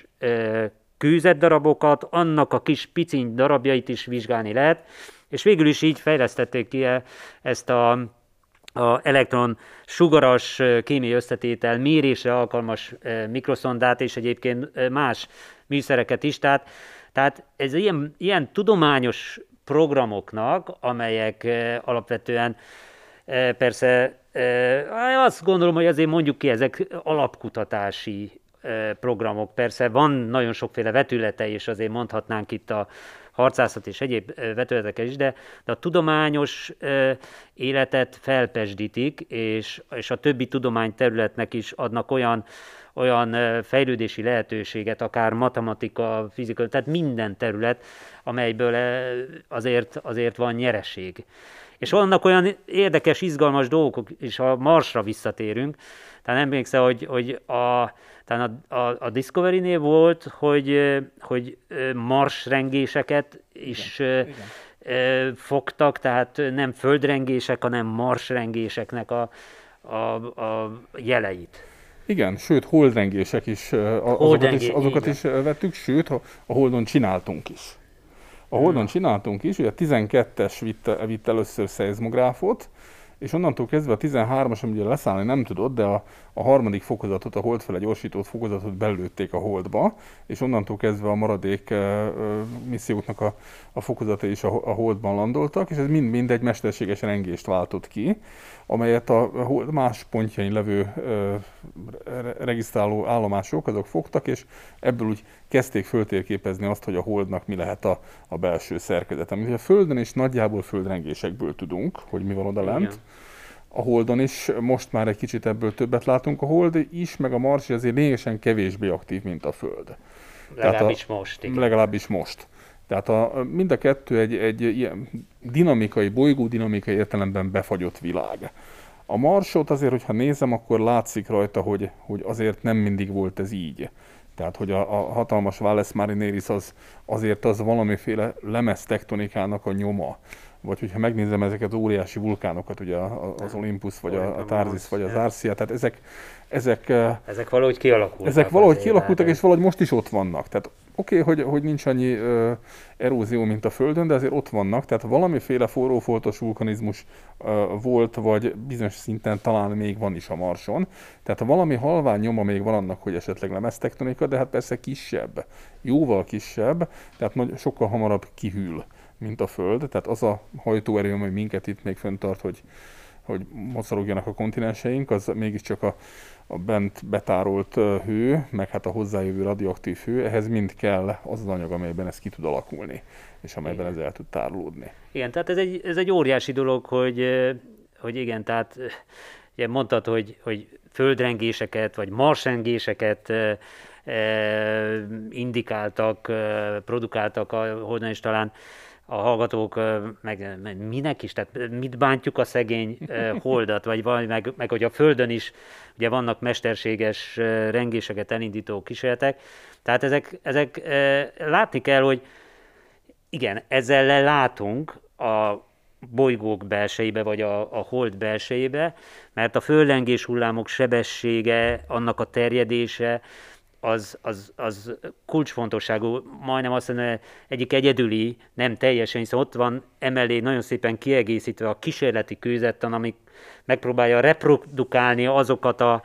Speaker 2: kőzetdarabokat, annak a kis piciny darabjait is vizsgálni lehet, és végül is így fejlesztették ki ezt a elektron sugaras kémiai összetétel mérésre alkalmas mikroszondát, és egyébként más műszereket is. Tehát ez ilyen tudományos programoknak, amelyek alapvetően persze azt gondolom, hogy azért mondjuk ki, ezek alapkutatási programok. Persze van nagyon sokféle vetülete, és azért mondhatnánk itt a harcászat és egyéb vetületeket is, de a tudományos életet felpezsdítik, és a többi tudományterületnek is adnak olyan fejlődési lehetőséget, akár matematika, fizika, tehát minden terület, amelyből azért van nyereség. És vannak olyan érdekes, izgalmas dolgok, és a Marsra visszatérünk. Tehát emlékszel, hogy a Discovery-nél volt, hogy marsrengéseket is fogtak, tehát nem földrengések, hanem marsrengéseknek a jeleit.
Speaker 1: Igen, sőt, holdrengések is, azokat is vettük, sőt, a Holdon csináltunk is. A Holdon csináltunk is, ugye a 12-es vitt először szeizmográfot, és onnantól kezdve a 13-as, ami ugye leszállni nem tudott, de a harmadik fokozatot, a holdfele gyorsított fokozatot belőtték a holdba, és onnantól kezdve a maradék misszióknak a fokozatai is a holdban landoltak, és ez mind egy mesterséges rengést váltott ki, amelyet a hold más pontjain levő regisztráló állomások, azok fogtak, és ebből úgy kezdték föltérképezni azt, hogy a holdnak mi lehet a belső szerkezet. Amit a Földön is nagyjából földrengésekből tudunk, hogy mi van oda lent. Igen. A Holdon is most már egy kicsit ebből többet látunk. A Hold is, meg a Mars is azért lényegesen kevésbé aktív, mint a Föld.
Speaker 2: Legalábbis most. Igen.
Speaker 1: Legalábbis most. Tehát mind a kettő egy ilyen dinamikai, bolygódinamikai értelemben befagyott világ. A Marsot azért, hogyha nézem, akkor látszik rajta, hogy azért nem mindig volt ez így. Tehát, hogy a hatalmas Valles Marineris azért az valamiféle lemeztektonikának a nyoma. Vagy hogyha megnézem ezeket az óriási vulkánokat, ugye az Olympus, vagy a Tharsis, vagy az Arsia, tehát
Speaker 2: ezek valahogy kialakultak.
Speaker 1: Ezek valahogy kialakultak, és valahogy most is ott vannak. Tehát oké, hogy nincs annyi erózió, mint a Földön, de azért ott vannak. Tehát valamiféle forrófoltos vulkanizmus volt, vagy bizonyos szinten talán még van is a Marson. Tehát valami halvány nyoma még van annak, hogy esetleg lemeztektonika, de hát persze kisebb, jóval kisebb, tehát sokkal hamarabb kihűl, mint a Föld. Tehát az a hajtóerő, ami minket itt még fönntart, hogy mocorogjanak a kontinenseink, az mégiscsak a bent betárolt hő, meg hát a hozzájövő radioaktív hő, ehhez mind kell az az anyag, amelyben ez ki tud alakulni, és amelyben ez el tud tárolódni.
Speaker 2: Igen, tehát ez egy óriási dolog, hogy igen, tehát ugye mondtad, hogy földrengéseket, vagy marsrengéseket indikáltak, produkáltak a Holdon, és talán a hallgatók meg minek is, tehát mit bántjuk a szegény Holdat, vagy meg hogy a Földön is ugye vannak mesterséges rengéseket elindító kísérletek. Tehát ezek látni kell, hogy igen, ezzel látunk a bolygók belsejébe, vagy a Hold belsejébe, mert a földrengés hullámok sebessége, annak a terjedése, az kulcsfontosságú, majdnem azt mondom, egyik egyedüli, nem teljesen, hiszen ott van emellé nagyon szépen kiegészítve a kísérleti kőzettan, ami megpróbálja reprodukálni azokat a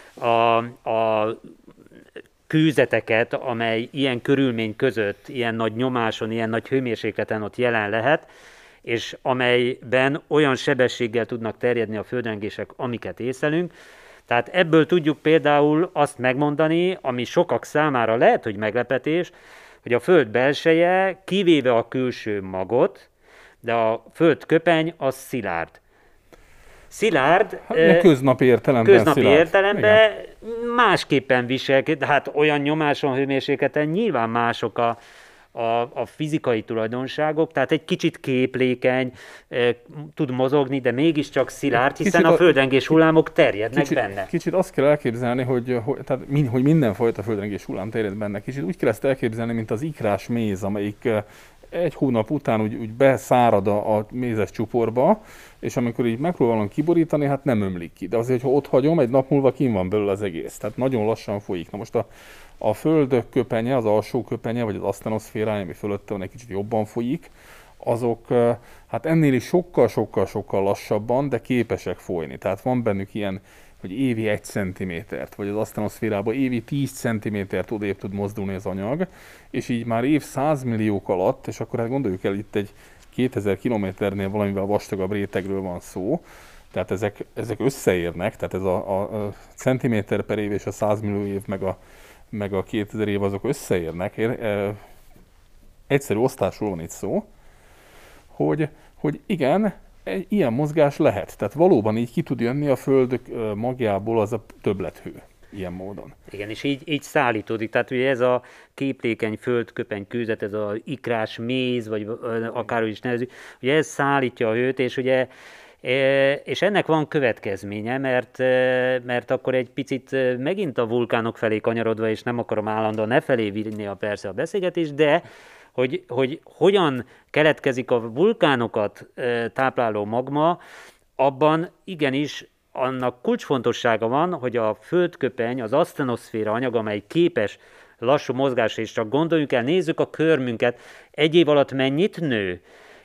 Speaker 2: kőzeteket, amely ilyen körülmény között, ilyen nagy nyomáson, ilyen nagy hőmérsékleten ott jelen lehet, és amelyben olyan sebességgel tudnak terjedni a földrengések, amiket észlelünk. Tehát ebből tudjuk például azt megmondani, ami sokak számára lehet, hogy meglepetés, hogy a Föld belseje, kivéve a külső magot, de a Földköpeny az szilárd. Szilárd,
Speaker 1: köznapi értelemben
Speaker 2: másképpen viselkedik, hát olyan nyomáson, hőmérsékleten nyilván mások a fizikai tulajdonságok, tehát egy kicsit képlékeny, tud mozogni, de mégiscsak szilárd, hiszen a földrengés hullámok terjednek benne.
Speaker 1: Kicsit azt kell elképzelni, hogy mindenfajta földrengés hullám terjed benne. Kicsit úgy kell ezt elképzelni, mint az ikrás méz, amelyik egy hónap után úgy beszárad a mézes csuporba, és amikor így megpróbálom kiborítani, hát nem ömlik ki. De azért, ha ott hagyom, egy nap múlva kint van belőle az egész. Tehát nagyon lassan folyik. Na most a Föld köpenye, az alsó köpenye, vagy az asztenoszférája, ami fölötte van, egy kicsit jobban folyik, azok hát ennél is sokkal lassabban, de képesek folyni. Tehát van bennük ilyen, hogy évi 1 centimétert, vagy az asztenoszférában évi 10 centimétert odébb tud mozdulni az anyag, és így már évszázmilliók alatt, és akkor hát gondoljuk el, itt egy 2000 kilométernél valamivel vastagabb rétegről van szó, tehát ezek összeérnek, tehát ez a centiméter per év és a 100 millió év meg a 2000 év azok összeérnek. Egyszerű osztásról van itt szó, hogy igen, egy ilyen mozgás lehet. Tehát valóban így ki tud jönni a Föld magjából az a többlethő ilyen módon.
Speaker 2: Igen, és így szállítódik. Tehát ugye ez a képlékeny földköpeny kőzet, ez az ikrás méz, vagy akárhogy is nevezzük, ugye ez szállítja a hőt, és ugye és ennek van következménye, mert akkor egy picit megint a vulkánok felé kanyarodva, és nem akarom állandóan ne felé vinni persze a beszélgetést, de hogy hogyan keletkezik a vulkánokat tápláló magma, abban igenis annak kulcsfontossága van, hogy a földköpeny, az asztenoszféra anyag, amely képes lassú mozgásra, és csak gondoljunk el, nézzük a körmünket, egy év alatt mennyit nő,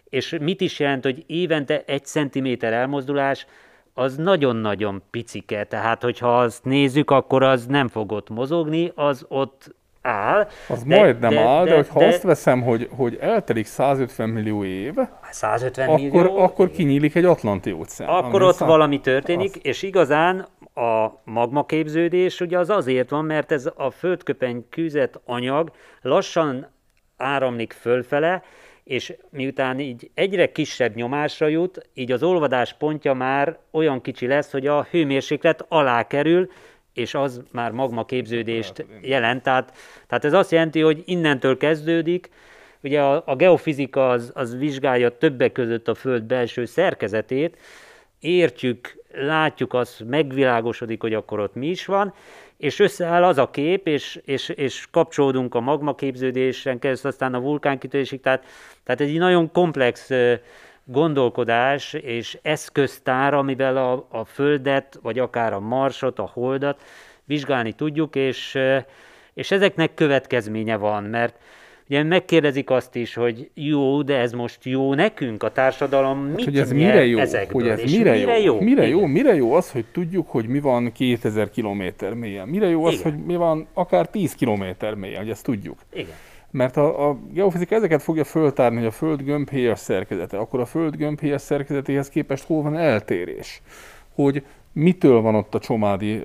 Speaker 2: És mit is jelent, hogy évente 1 cm elmozdulás, az nagyon-nagyon picike, tehát hogyha azt nézzük, akkor az nem fog ott mozogni, az ott áll.
Speaker 1: Az majdnem áll, de hogyha azt veszem, hogy eltelik 150 millió év,
Speaker 2: 150 millió,
Speaker 1: akkor kinyílik egy Atlanti óceán.
Speaker 2: Akkor ott valami történik, és igazán a magmaképződés ugye az azért van, mert ez a földköpeny kőzet anyag lassan áramlik fölfele, és miután így egyre kisebb nyomásra jut, így az olvadás pontja már olyan kicsi lesz, hogy a hőmérséklet alá kerül, és az már magmaképződést jelent. Tehát ez azt jelenti, hogy innentől kezdődik, ugye a geofizika az vizsgálja többek között a Föld belső szerkezetét, értjük, látjuk, az megvilágosodik, hogy akkor ott mi is van, és összeáll az a kép, és kapcsolódunk a magmaképződésen keresztül, aztán a vulkánkitörésig, tehát egy nagyon komplex gondolkodás és eszköztár, amivel a Földet, vagy akár a Marsot, a Holdat vizsgálni tudjuk, és ezeknek következménye van, mert ugye megkérdezik azt is, hogy jó, de ez most jó nekünk, a társadalom mit
Speaker 1: hogy ez mire jó?
Speaker 2: Ezekből?
Speaker 1: Hogy ez mire jó? Mire jó az, hogy tudjuk, hogy mi van 2000 kilométer mélyen? Mire jó az,
Speaker 2: Igen.
Speaker 1: hogy mi van akár 10 kilométer mélyen, hogy ezt tudjuk?
Speaker 2: Igen.
Speaker 1: Mert a geofizika ezeket fogja föltárni, hogy a Föld gömbhéjas szerkezete, akkor a Föld gömbhéjas szerkezetéhez képest hol van eltérés? Hogy mitől van ott a csomádi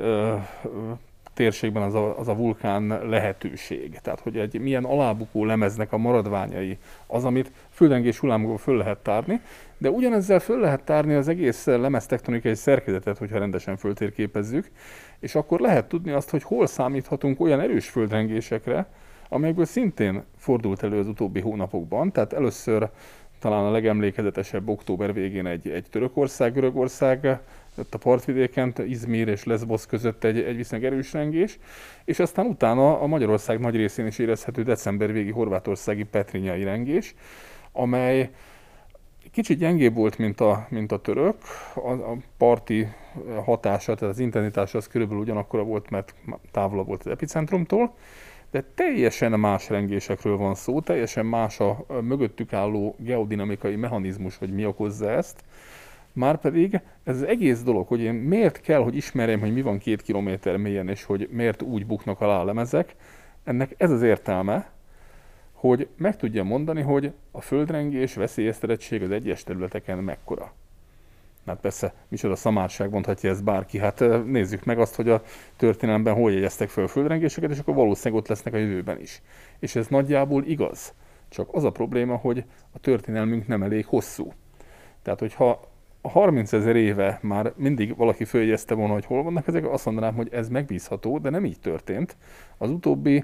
Speaker 1: térségben az a vulkán lehetőség. Tehát, hogy milyen alábukó lemeznek a maradványai az, amit földrengés hullámokból föl lehet tárni, de ugyanezzel föl lehet tárni az egész lemeztektonikai szerkezetet, hogyha rendesen föltérképezzük, és akkor lehet tudni azt, hogy hol számíthatunk olyan erős földrengésekre, amelyekből szintén fordult elő az utóbbi hónapokban. Tehát először talán a legemlékezetesebb október végén egy Görögország, ott a partvidéken, Izmir és Lesbos között egy viszonylag erős rengés, és aztán utána a Magyarország nagy részén is érezhető december végi horvátországi petrinyai rengés, amely kicsit gyengébb volt, mint a török, a parti hatása, tehát az intenzitása az körülbelül ugyanakkora volt, mert távolabb volt az epicentrumtól, de teljesen más rengésekről van szó, teljesen más a mögöttük álló geodinamikai mechanizmus, hogy mi okozza ezt. Márpedig ez az egész dolog, hogy én miért kell, hogy ismerjem, hogy mi van 2 kilométer mélyen, és hogy miért úgy buknak alá a lemezek, ennek ez az értelme, hogy meg tudja mondani, hogy a földrengés veszélyeztetettség az egyes területeken mekkora. Hát persze, micsoda szamárság mondhatja ezt bárki. Hát nézzük meg azt, hogy a történelemben hol jegyeztek fel földrengéseket, és akkor valószínűleg ott lesznek a jövőben is. És ez nagyjából igaz. Csak az a probléma, hogy a történelmünk nem elég hosszú. Tehát, hogyha a 30 000 éve már mindig valaki följegyezte volna, hogy hol vannak ezek, azt mondanám, hogy ez megbízható, de nem így történt. Az utóbbi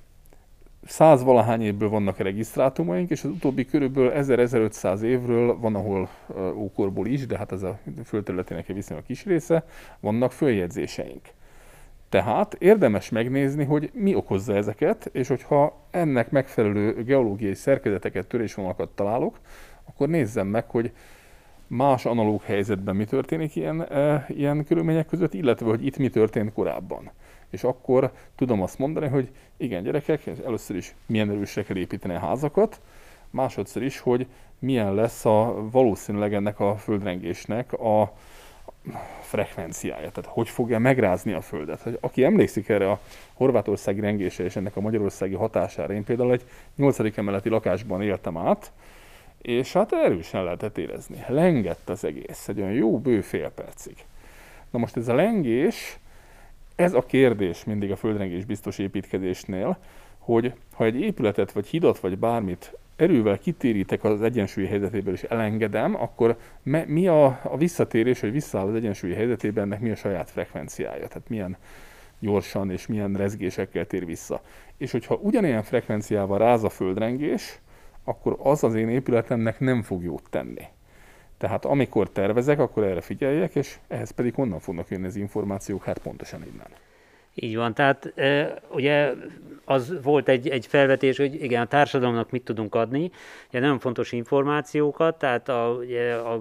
Speaker 1: 100 valahány évből vannak regisztrátumaink, és az utóbbi körülbelül 1000-1500 évről van, ahol ókorból is, de hát ez a földterületének egy viszonylag kis része, vannak följegyzéseink. Tehát érdemes megnézni, hogy mi okozza ezeket, és hogyha ennek megfelelő geológiai szerkezeteket, törésvonalakat találok, akkor nézzem meg, hogy más analóg helyzetben mi történik ilyen körülmények között, illetve hogy itt mi történt korábban. És akkor tudom azt mondani, hogy igen, gyerekek, először is milyen erősre kell építeni a házakat, másodszor is, hogy milyen lesz valószínűleg ennek a földrengésnek a frekvenciája, tehát hogy fogja megrázni a Földet. Aki emlékszik erre a horvátországi rengésre és ennek a magyarországi hatására, én például egy 8. emeleti lakásban éltem át, és hát erősen lehetett érezni. Lengett az egész, egy olyan jó bő fél percig. Na most ez a lengés, ez a kérdés mindig a földrengés biztos építkezésnél, hogy ha egy épületet, vagy hidat, vagy bármit erővel kitérítek az egyensúlyi helyzetéből és elengedem, akkor mi a visszatérés, hogy visszaáll az egyensúlyi helyzetében, ennek mi a saját frekvenciája, tehát milyen gyorsan és milyen rezgésekkel tér vissza. És hogyha ugyanilyen frekvenciával ráz a földrengés, akkor az én épületemnek nem fog jót tenni. Tehát amikor tervezek, akkor erre figyeljek, és ehhez pedig honnan fognak jönni az információk? Hát pontosan innen.
Speaker 2: Így van, tehát ugye az volt egy felvetés, hogy igen, a társadalomnak mit tudunk adni, ugye nagyon fontos információkat, tehát a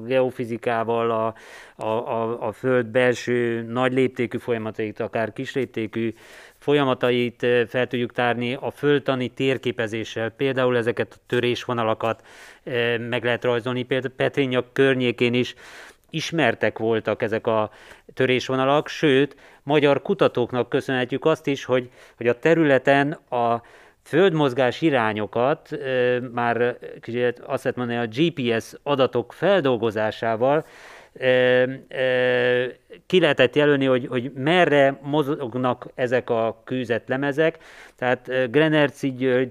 Speaker 2: geofizikával a Föld belső nagy léptékű folyamatait, akár kis léptékű folyamatait fel tudjuk tárni a földtani térképezéssel. Például ezeket a törésvonalakat meg lehet rajzolni, például Petrénya környékén is ismertek voltak ezek a törésvonalak, sőt, magyar kutatóknak köszönhetjük azt is, hogy a területen a földmozgás irányokat már azt lehet mondani, a GPS adatok feldolgozásával ki lehetett jelölni, hogy merre mozognak ezek a kőzet lemezek. Tehát Grenerci György,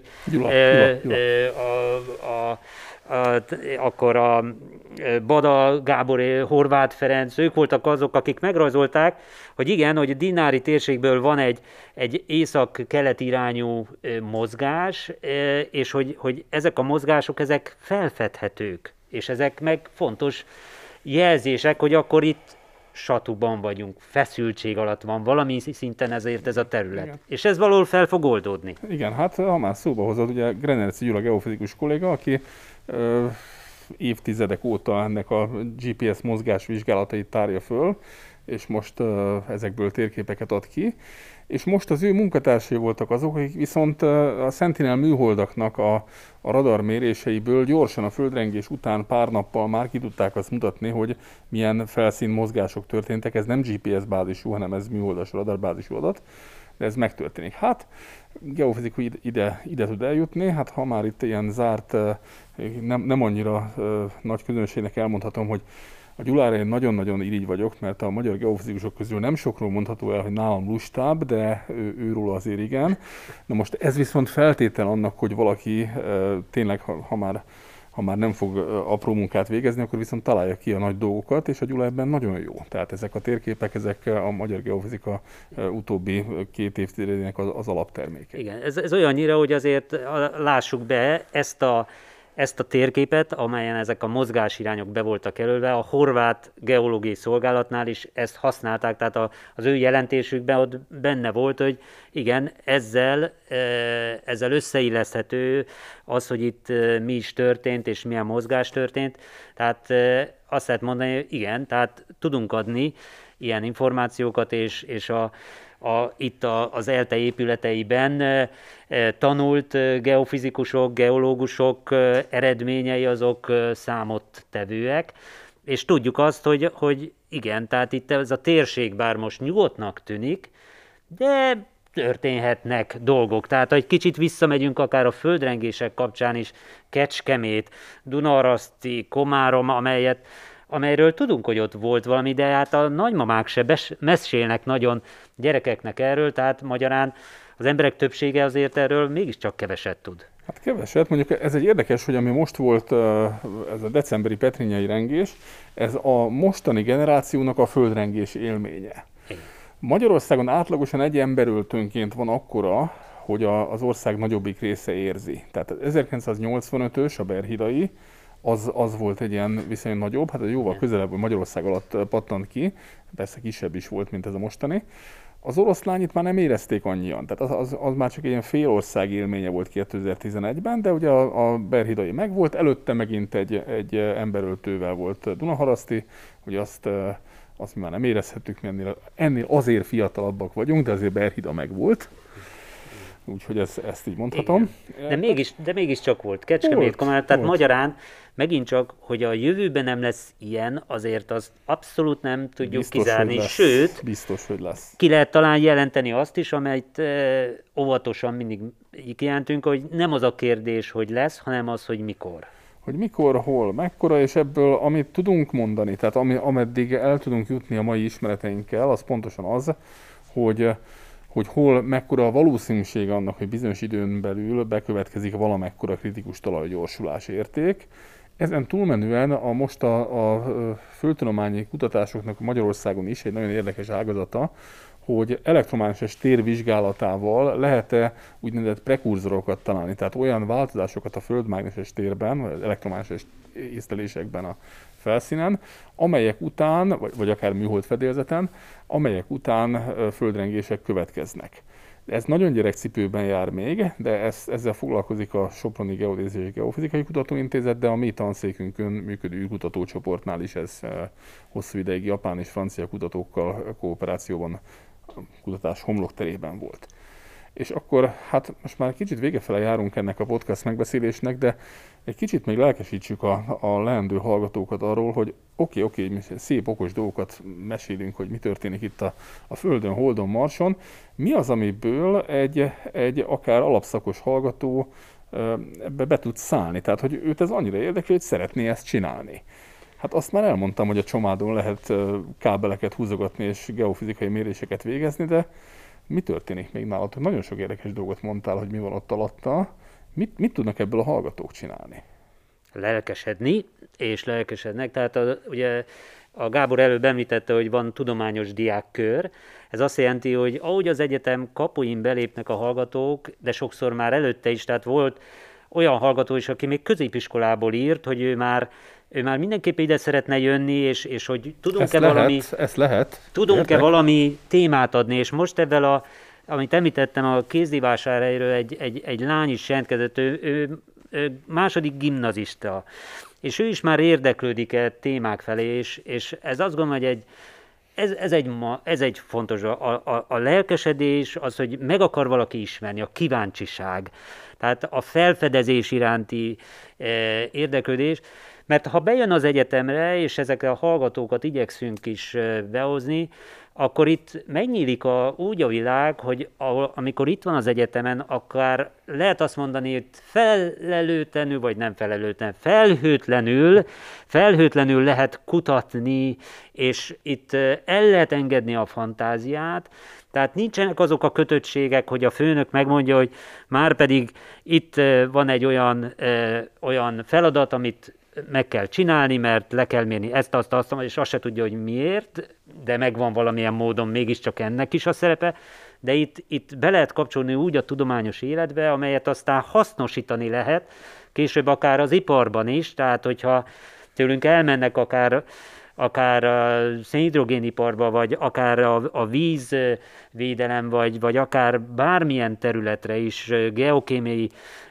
Speaker 2: akkor a Bada Gábor, Horváth Ferenc, ők voltak azok, akik megrajzolták, hogy igen, hogy a dinári térségből van egy észak-kelet irányú mozgás, és hogy ezek a mozgások, ezek felfedhetők, és ezek meg fontos jelzések, hogy akkor itt satuban vagyunk, feszültség alatt van valami szinten ezért ez a terület. Igen. És ez valahol fel fog oldódni.
Speaker 1: Igen, hát ha már szóba hozod, ugye Grenerci Gyula geofizikus kolléga, aki évtizedek óta ennek a GPS mozgás vizsgálatait tárja föl, és most ezekből térképeket ad ki, és most az ő munkatársai voltak azok, akik viszont a Sentinel műholdaknak a radar méréseiből gyorsan a földrengés után pár nappal már ki tudták azt mutatni, hogy milyen felszínmozgások történtek. Ez nem GPS bázisú, hanem ez műholdas radarbázisú adat, de ez megtörténik. Hát, geofizikus ide tud eljutni, hát ha már itt ilyen zárt, nem annyira nagy közönségnek elmondhatom, hogy a Gyulára én nagyon-nagyon irigy vagyok, mert a magyar geofizikusok közül nem sokról mondható el, hogy nálam lustább, de őról azért igen. Na most ez viszont feltétel annak, hogy valaki tényleg, ha már nem fog apró munkát végezni, akkor viszont találja ki a nagy dolgokat, és a Gyula ebben nagyon jó. Tehát ezek a térképek, ezek a magyar geofizika utóbbi 2 évtizedének az alapterméke.
Speaker 2: Igen, ez olyannyira, hogy azért lássuk be ezt a térképet, amelyen ezek a mozgásirányok be voltak jelölve, a Horváth Geológiai Szolgálatnál is ezt használták, tehát az ő jelentésükben ott benne volt, hogy igen, ezzel összeilleszthető az, hogy itt mi is történt, és milyen mozgás történt. Tehát azt lehet mondani, hogy igen, tehát tudunk adni ilyen információkat, és itt az ELTE épületeiben tanult geofizikusok, geológusok eredményei azok számottevőek, és tudjuk azt, hogy igen, tehát itt ez a térség bár most nyugodtnak tűnik, de történhetnek dolgok. Tehát, ha egy kicsit visszamegyünk akár a földrengések kapcsán is, Kecskemét, Dunaharaszti, Komárom, amelyről tudunk, hogy ott volt valami, de hát a nagymamák se mesélnek nagyon gyerekeknek erről, tehát magyarán az emberek többsége azért erről mégiscsak keveset tud.
Speaker 1: Hát keveset, mondjuk ez egy érdekes, hogy ami most volt, ez a decemberi petrinyai rengés, ez a mostani generációnak a földrengés élménye. Igen. Magyarországon átlagosan egy emberöltőnként van akkora, hogy az ország nagyobbik része érzi. Tehát 1985-ös, a Berhidai, az volt egy ilyen viszonylag nagyobb, hát jóval közelebb Magyarország alatt pattant ki, persze kisebb is volt, mint ez a mostani. Az oroszlány itt már nem érezték annyian, tehát az már csak egy ilyen félország élménye volt 2011-ben, de ugye a Berhidai megvolt, előtte megint egy emberöltővel volt Dunaharaszti, hogy azt mi már nem érezhettük, mi ennél azért fiatalabbak vagyunk, de azért Berhida megvolt. Úgyhogy ezt így mondhatom.
Speaker 2: De mégiscsak volt Kecskemét, Komár, tehát magyarán megint csak, hogy a jövőben nem lesz ilyen, azért azt abszolút nem tudjuk biztos, kizárni. Sőt,
Speaker 1: biztos, hogy lesz.
Speaker 2: Ki lehet talán jelenteni azt is, amelyet óvatosan mindig kijelentünk, hogy nem az a kérdés, hogy lesz, hanem az, hogy mikor.
Speaker 1: Hogy mikor, hol, mekkora, és ebből amit tudunk mondani, tehát ameddig el tudunk jutni a mai ismereteinkkel, az pontosan az, hogy hol mekkora a valószínűség annak, hogy bizonyos időn belül bekövetkezik valamekkora kritikus talajgyorsulás érték. Ezen túlmenően most a földtudományi kutatásoknak Magyarországon is egy nagyon érdekes ágazata, hogy elektromágneses tér vizsgálatával lehet-e úgynevezett prekurzorokat találni, tehát olyan változásokat a földmágneses térben, vagy az elektromágneses észlelésekben a felszínen, amelyek után, vagy akár műholdfedélzeten, amelyek után földrengések következnek. Ez nagyon gyerekcipőben jár még, de ezzel foglalkozik a Soproni Geodéziai és Geofizikai Kutatóintézet, de a mi tanszékünkön működő űrkutatócsoportnál is ez hosszú ideig japán és francia kutatókkal kooperációban kutatás homlokterében volt. És akkor, hát most már kicsit végefele járunk ennek a podcast megbeszélésnek, de egy kicsit még lelkesítsük a leendő hallgatókat arról, hogy oké, mi szép okos dolgokat mesélünk, hogy mi történik itt a Földön, Holdon, Marson. Mi az, amiből egy akár alapszakos hallgató ebbe be tud szállni? Tehát, hogy őt ez annyira érdekli, hogy szeretné ezt csinálni. Hát azt már elmondtam, hogy a Csomádon lehet kábeleket húzogatni és geofizikai méréseket végezni, de mi történik még nálad? Nagyon sok érdekes dolgot mondtál, hogy mi van ott alatta. Mit tudnak ebből a hallgatók csinálni?
Speaker 2: Lelkesedni, és lelkesednek. Tehát ugye a Gábor előbb említette, hogy van tudományos diákkör. Ez azt jelenti, hogy ahogy az egyetem kapuin belépnek a hallgatók, de sokszor már előtte is, tehát volt olyan hallgató is, aki még középiskolából írt, hogy ő már mindenképp ide szeretne jönni, és hogy tudunk-e valami témát adni, és most ebben amit említettem, a Kézdivásárhelyről egy lány is jelentkezett, ő második gimnazista, és ő is már érdeklődik témák felé, és ez azt gondolom, hogy ez egy fontos, a lelkesedés, az, hogy meg akar valaki ismerni, a kíváncsiság, tehát a felfedezés iránti érdeklődés, mert ha bejön az egyetemre, és ezekre a hallgatókat igyekszünk is behozni, akkor itt megnyílik úgy a világ, hogy amikor itt van az egyetemen, akár lehet azt mondani, hogy felelőtlenül, vagy nem felelőtlen, felhőtlenül lehet kutatni, és itt el lehet engedni a fantáziát, tehát nincsenek azok a kötöttségek, hogy a főnök megmondja, hogy már pedig itt van egy olyan feladat, amit meg kell csinálni, mert le kell mérni ezt, és azt se tudja, hogy miért, de megvan valamilyen módon mégiscsak ennek is a szerepe, de itt be lehet kapcsolni úgy a tudományos életbe, amelyet aztán hasznosítani lehet, később akár az iparban is, tehát hogyha tőlünk elmennek akár a szénhidrogéniparba, vagy akár a vízvédelem, vagy akár bármilyen területre is, geokémiai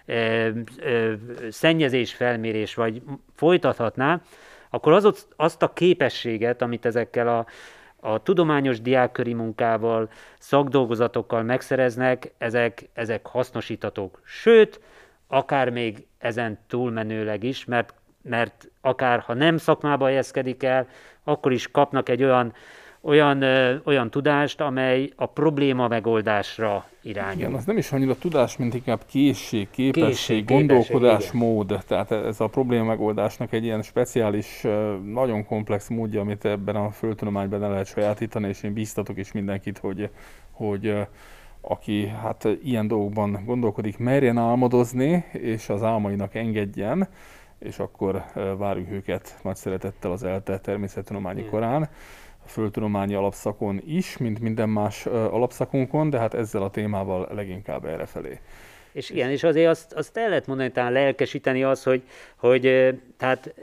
Speaker 2: szennyezésfelmérés, vagy folytathatná, akkor azt a képességet, amit ezekkel a tudományos diákköri munkával, szakdolgozatokkal megszereznek, ezek hasznosíthatók. Sőt, akár még ezen túlmenőleg is, mert akár ha nem szakmába helyezkedik el, akkor is kapnak egy olyan tudást, amely a probléma megoldásra irányul.
Speaker 1: Igen, az nem is annyira tudás, mint inkább képesség, gondolkodásmód. Tehát ez a probléma megoldásnak egy ilyen speciális, nagyon komplex módja, amit ebben a földtudományban el lehet sajátítani, és én bíztatok is mindenkit, hogy aki hát ilyen dolgokban gondolkodik, merjen álmodozni, és az álmainak engedjen, és akkor várjuk őket nagy szeretettel az ELTE természettudományi karán, a földtudományi alapszakon is, mint minden más alapszakunkon, de hát ezzel a témával leginkább errefelé.
Speaker 2: És igen, és azért azt el lehet mondani, talán lelkesíteni az, hogy tehát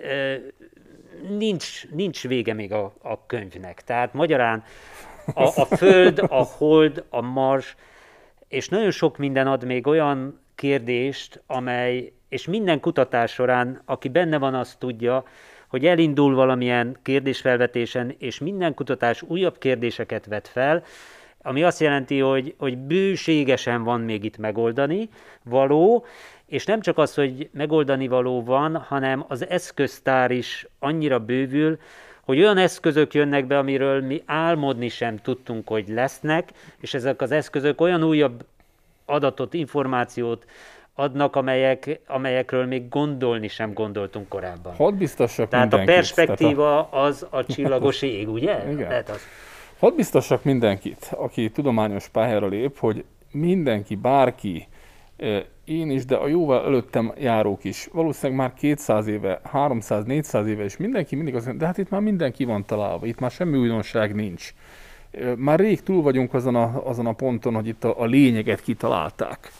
Speaker 2: nincs vége még a könyvnek. Tehát magyarán a Föld, a Hold, a Mars, és nagyon sok minden ad még olyan kérdést, és minden kutatás során, aki benne van, azt tudja, hogy elindul valamilyen kérdésfelvetésen, és minden kutatás újabb kérdéseket vet fel, ami azt jelenti, hogy bőségesen van még itt megoldani való, és nem csak az, hogy megoldani való van, hanem az eszköztár is annyira bővül, hogy olyan eszközök jönnek be, amiről mi álmodni sem tudtunk, hogy lesznek, és ezek az eszközök olyan újabb adatot, információt adnak, amelyekről még gondolni sem gondoltunk korábban.
Speaker 1: Hadd biztassak
Speaker 2: Tehát
Speaker 1: mindenkit.
Speaker 2: A perspektíva az a csillagos ég, ugye?
Speaker 1: Igen. Hadd biztassak mindenkit, aki tudományos pályára lép, hogy mindenki, bárki, én is, de a jóval előttem járók is, valószínűleg már 200 éve, 300, 400 éve, és mindenki mindig azt mondja, de hát itt már mindenki van találva, itt már semmi újdonság nincs. Már rég túl vagyunk azon a ponton, hogy itt a lényeget kitalálták.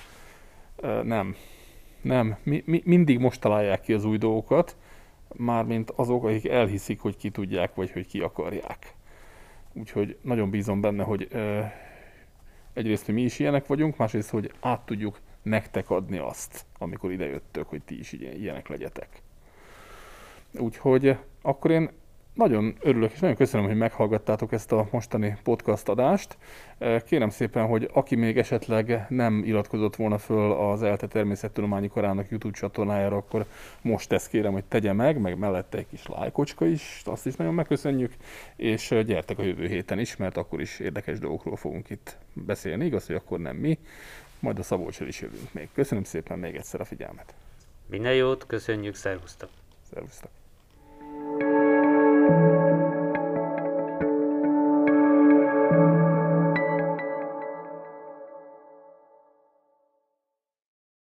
Speaker 1: Nem. Mindig most találják ki az új dolgokat, mármint azok, akik elhiszik, hogy ki tudják, vagy hogy ki akarják. Úgyhogy nagyon bízom benne, hogy egyrészt, hogy mi is ilyenek vagyunk, másrészt, hogy át tudjuk nektek adni azt, amikor idejöttök, hogy ti is ilyenek legyetek. Úgyhogy akkor én Nagyon örülök, és nagyon köszönöm, hogy meghallgattátok ezt a mostani podcast adást. Kérem szépen, hogy aki még esetleg nem iratkozott volna föl az ELTE Természettudományi Karának YouTube csatornájára, akkor most ezt kérem, hogy tegye meg mellette egy kis lájkocska is, azt is nagyon megköszönjük, és gyertek a jövő héten is, mert akkor is érdekes dolgokról fogunk itt beszélni. Igaz, hogy akkor nem mi, majd a Szabolccsal is jövünk még. Köszönöm szépen még egyszer a figyelmet.
Speaker 2: Minden jót, köszönjük, szervusztok!
Speaker 1: Szervusztok!